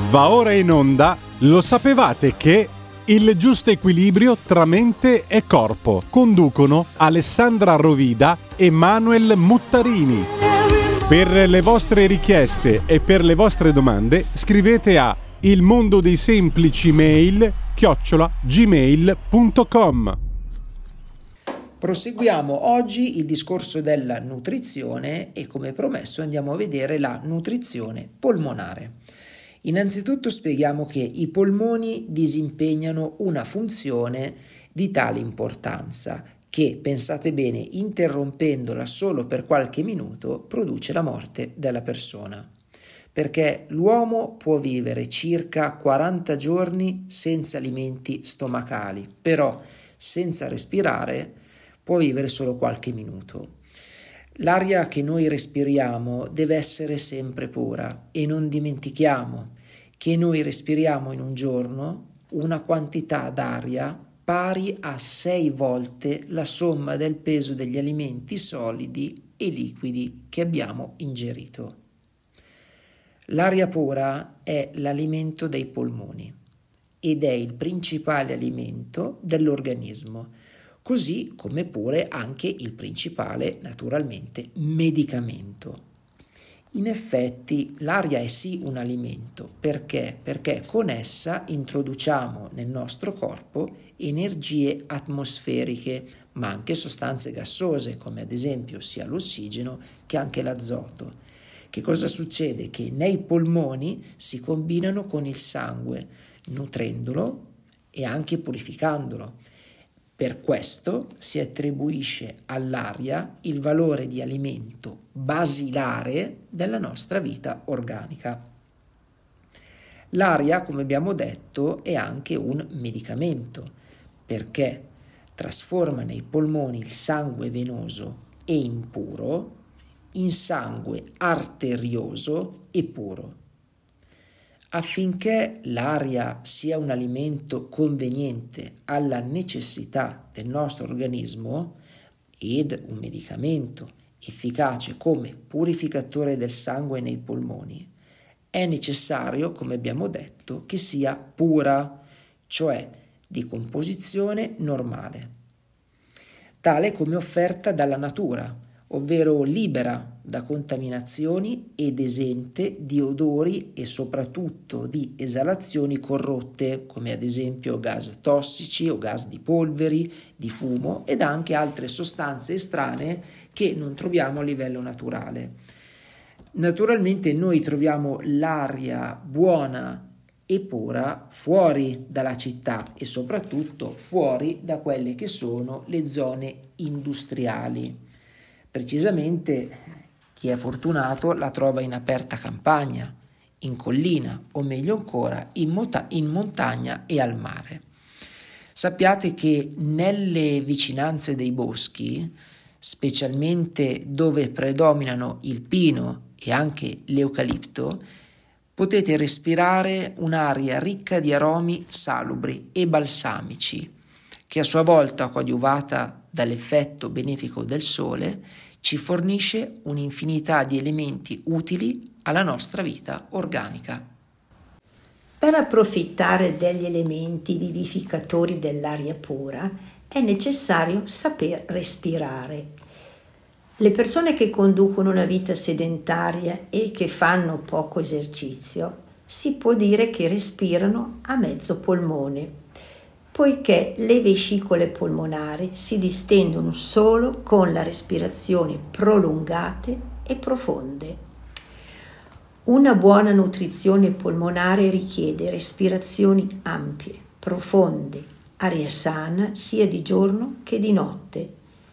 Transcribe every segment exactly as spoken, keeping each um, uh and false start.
Va ora in onda, lo sapevate che il giusto equilibrio tra mente e corpo conducono Alessandra Rovida e Manuel Muttarini. Per le vostre richieste e per le vostre domande scrivete a il mondo dei semplici mail chiocciola gmail punto com. Proseguiamo oggi il discorso della nutrizione e, come promesso, andiamo a vedere la nutrizione polmonare. Innanzitutto spieghiamo che i polmoni disimpegnano una funzione di tale importanza che, pensate bene, interrompendola solo per qualche minuto produce la morte della persona. Perché l'uomo può vivere circa quaranta giorni senza alimenti stomacali, però senza respirare può vivere solo qualche minuto. L'aria che noi respiriamo deve essere sempre pura e non dimentichiamo che noi respiriamo in un giorno una quantità d'aria pari a sei volte la somma del peso degli alimenti solidi e liquidi che abbiamo ingerito. L'aria pura è l'alimento dei polmoni ed è il principale alimento dell'organismo, così come pure anche il principale, naturalmente, medicamento. In effetti l'aria è sì un alimento, perché? Perché con essa introduciamo nel nostro corpo energie atmosferiche, ma anche sostanze gassose, come ad esempio sia l'ossigeno che anche l'azoto. Che cosa succede? Che nei polmoni si combinano con il sangue, nutrendolo e anche purificandolo. Per questo si attribuisce all'aria il valore di alimento basilare della nostra vita organica. L'aria, come abbiamo detto, è anche un medicamento, perché trasforma nei polmoni il sangue venoso e impuro in sangue arterioso e puro. Affinché l'aria sia un alimento conveniente alla necessità del nostro organismo ed un medicamento efficace come purificatore del sangue nei polmoni, è necessario, come abbiamo detto, che sia pura, cioè di composizione normale, tale come offerta dalla natura, ovvero libera da contaminazioni ed esente di odori e soprattutto di esalazioni corrotte, come ad esempio gas tossici o gas di polveri, di fumo ed anche altre sostanze estranee che non troviamo a livello naturale. Naturalmente noi troviamo l'aria buona e pura fuori dalla città e soprattutto fuori da quelle che sono le zone industriali. Precisamente chi è fortunato la trova in aperta campagna, in collina o meglio ancora in, mota- in montagna e al mare. Sappiate che nelle vicinanze dei boschi, specialmente dove predominano il pino e anche l'eucalipto, potete respirare un'aria ricca di aromi salubri e balsamici, che a sua volta, coadiuvata dall'effetto benefico del sole, ci fornisce un'infinità di elementi utili alla nostra vita organica. Per approfittare degli elementi vivificatori dell'aria pura è necessario saper respirare. Le persone che conducono una vita sedentaria e che fanno poco esercizio si può dire che respirano a mezzo polmone, poiché le vescicole polmonari si distendono solo con la respirazione prolungate e profonde. Una buona nutrizione polmonare richiede respirazioni ampie, profonde, aria sana sia di giorno che di notte.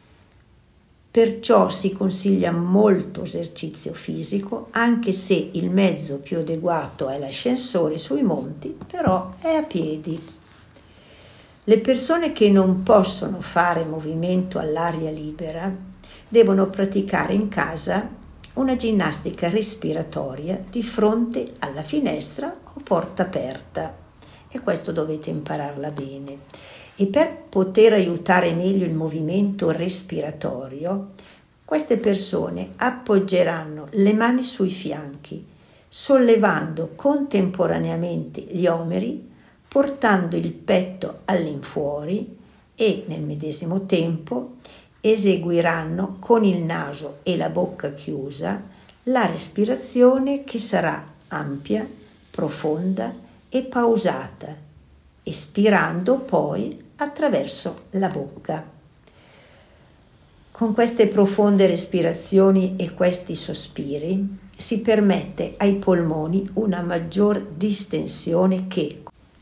Perciò si consiglia molto esercizio fisico, anche se il mezzo più adeguato è l'ascensore sui monti, però è a piedi. Le persone che non possono fare movimento all'aria libera devono praticare in casa una ginnastica respiratoria di fronte alla finestra o porta aperta, e questo dovete impararla bene. E per poter aiutare meglio il movimento respiratorio, queste persone appoggeranno le mani sui fianchi, sollevando contemporaneamente gli omeri, portando il petto all'infuori e nel medesimo tempo eseguiranno con il naso e la bocca chiusa la respirazione che sarà ampia, profonda e pausata, espirando poi attraverso la bocca. Con queste profonde respirazioni e questi sospiri si permette ai polmoni una maggior distensione che,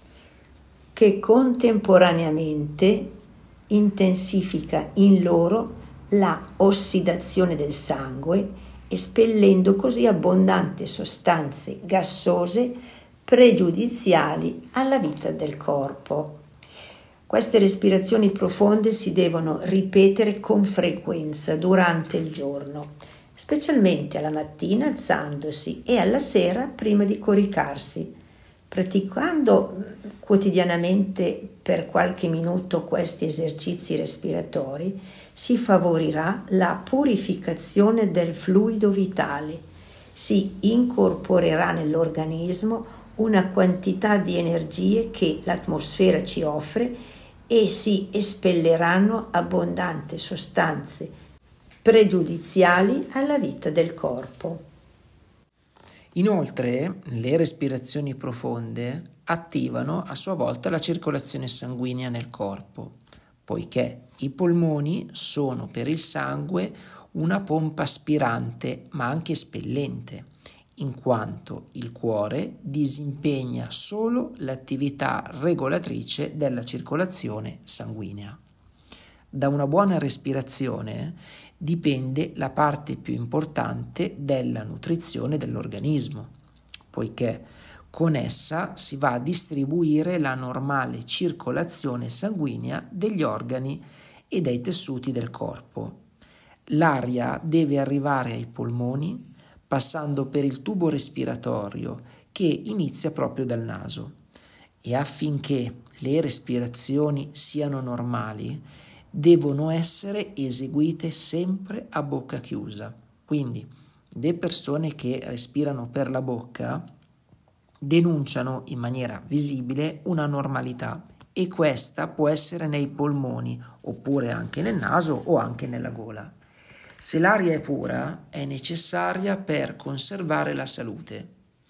che contemporaneamente intensifica in loro la ossidazione del sangue, espellendo così abbondanti sostanze gassose pregiudiziali alla vita del corpo. Queste respirazioni profonde si devono ripetere con frequenza durante il giorno, specialmente alla mattina alzandosi e alla sera prima di coricarsi. Praticando quotidianamente per qualche minuto questi esercizi respiratori si favorirà la purificazione del fluido vitale, si incorporerà nell'organismo una quantità di energie che l'atmosfera ci offre e si espelleranno abbondanti sostanze pregiudiziali alla vita del corpo. Inoltre, le respirazioni profonde attivano a sua volta la circolazione sanguigna nel corpo, poiché i polmoni sono per il sangue una pompa aspirante ma anche espellente, in quanto il cuore disimpegna solo l'attività regolatrice della circolazione sanguigna. Da una buona respirazione dipende la parte più importante della nutrizione dell'organismo, poiché con essa si va a distribuire la normale circolazione sanguigna degli organi e dei tessuti del corpo. L'aria deve arrivare ai polmoni passando per il tubo respiratorio che inizia proprio dal naso, e affinché le respirazioni siano normali devono essere eseguite sempre a bocca chiusa. Quindi le persone che respirano per la bocca denunciano in maniera visibile una normalità, e questa può essere nei polmoni oppure anche nel naso o anche nella gola. Se l'aria è pura, è necessaria per conservare la salute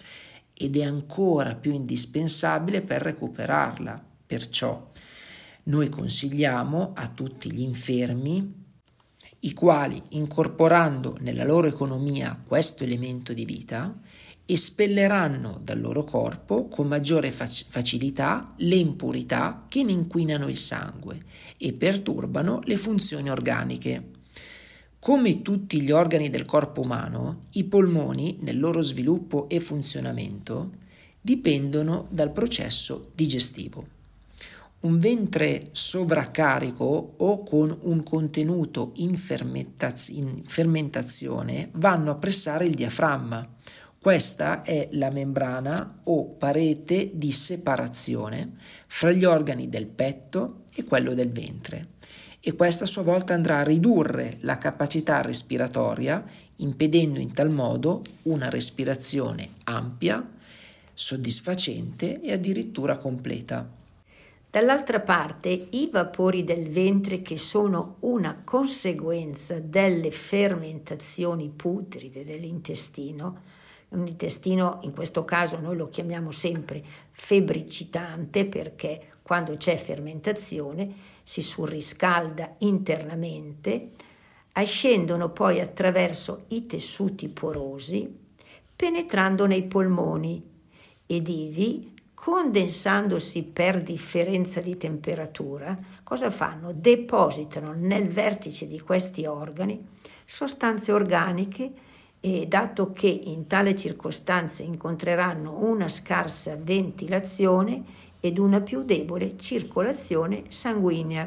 ed è ancora più indispensabile per recuperarla. Perciò noi consigliamo a tutti gli infermi, i quali, incorporando nella loro economia questo elemento di vita, espelleranno dal loro corpo con maggiore fac- facilità le impurità che ne inquinano il sangue e perturbano le funzioni organiche. Come tutti gli organi del corpo umano, i polmoni, nel loro sviluppo e funzionamento, dipendono dal processo digestivo. Un ventre sovraccarico o con un contenuto in, fermentaz- in fermentazione vanno a pressare il diaframma. Questa è la membrana o parete di separazione fra gli organi del petto e quello del ventre, e questa a sua volta andrà a ridurre la capacità respiratoria, impedendo in tal modo una respirazione ampia, soddisfacente e addirittura completa. Dall'altra parte, i vapori del ventre, che sono una conseguenza delle fermentazioni putride dell'intestino, un intestino in questo caso noi lo chiamiamo sempre febbricitante, perché quando c'è fermentazione si surriscalda internamente, ascendono poi attraverso i tessuti porosi, penetrando nei polmoni ed ivi, condensandosi per differenza di temperatura, cosa fanno? Depositano nel vertice di questi organi sostanze organiche, e dato che in tale circostanza incontreranno una scarsa ventilazione ed una più debole circolazione sanguigna.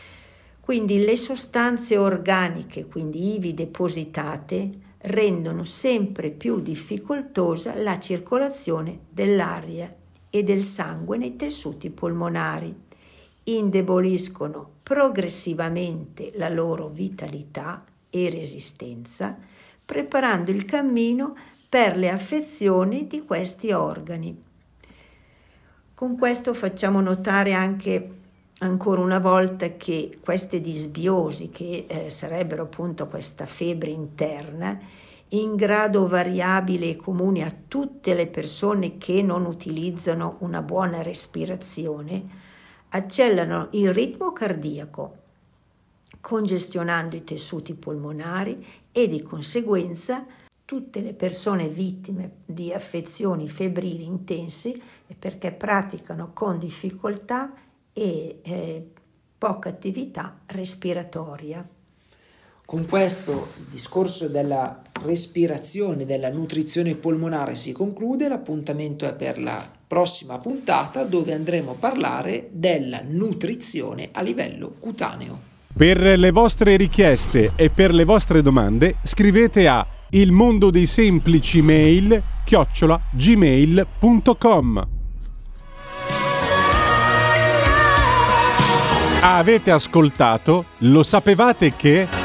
Quindi le sostanze organiche, quindi ivi depositate, rendono sempre più difficoltosa la circolazione dell'aria e del sangue nei tessuti polmonari, indeboliscono progressivamente la loro vitalità e resistenza, preparando il cammino per le affezioni di questi organi. Con questo facciamo notare anche ancora una volta che queste disbiosi, che eh, sarebbero appunto questa febbre interna, in grado variabile e comune a tutte le persone che non utilizzano una buona respirazione, accelerano il ritmo cardiaco, congestionando i tessuti polmonari e di conseguenza tutte le persone vittime di affezioni febbrili intense è perché praticano con difficoltà e eh, poca attività respiratoria. Con questo il discorso della respirazione, della nutrizione polmonare si conclude. L'appuntamento è per la prossima puntata, dove andremo a parlare della nutrizione a livello cutaneo. Per le vostre richieste e per le vostre domande scrivete a il mondo dei semplici mail chiocciola gmail punto com. Avete ascoltato? Lo sapevate che...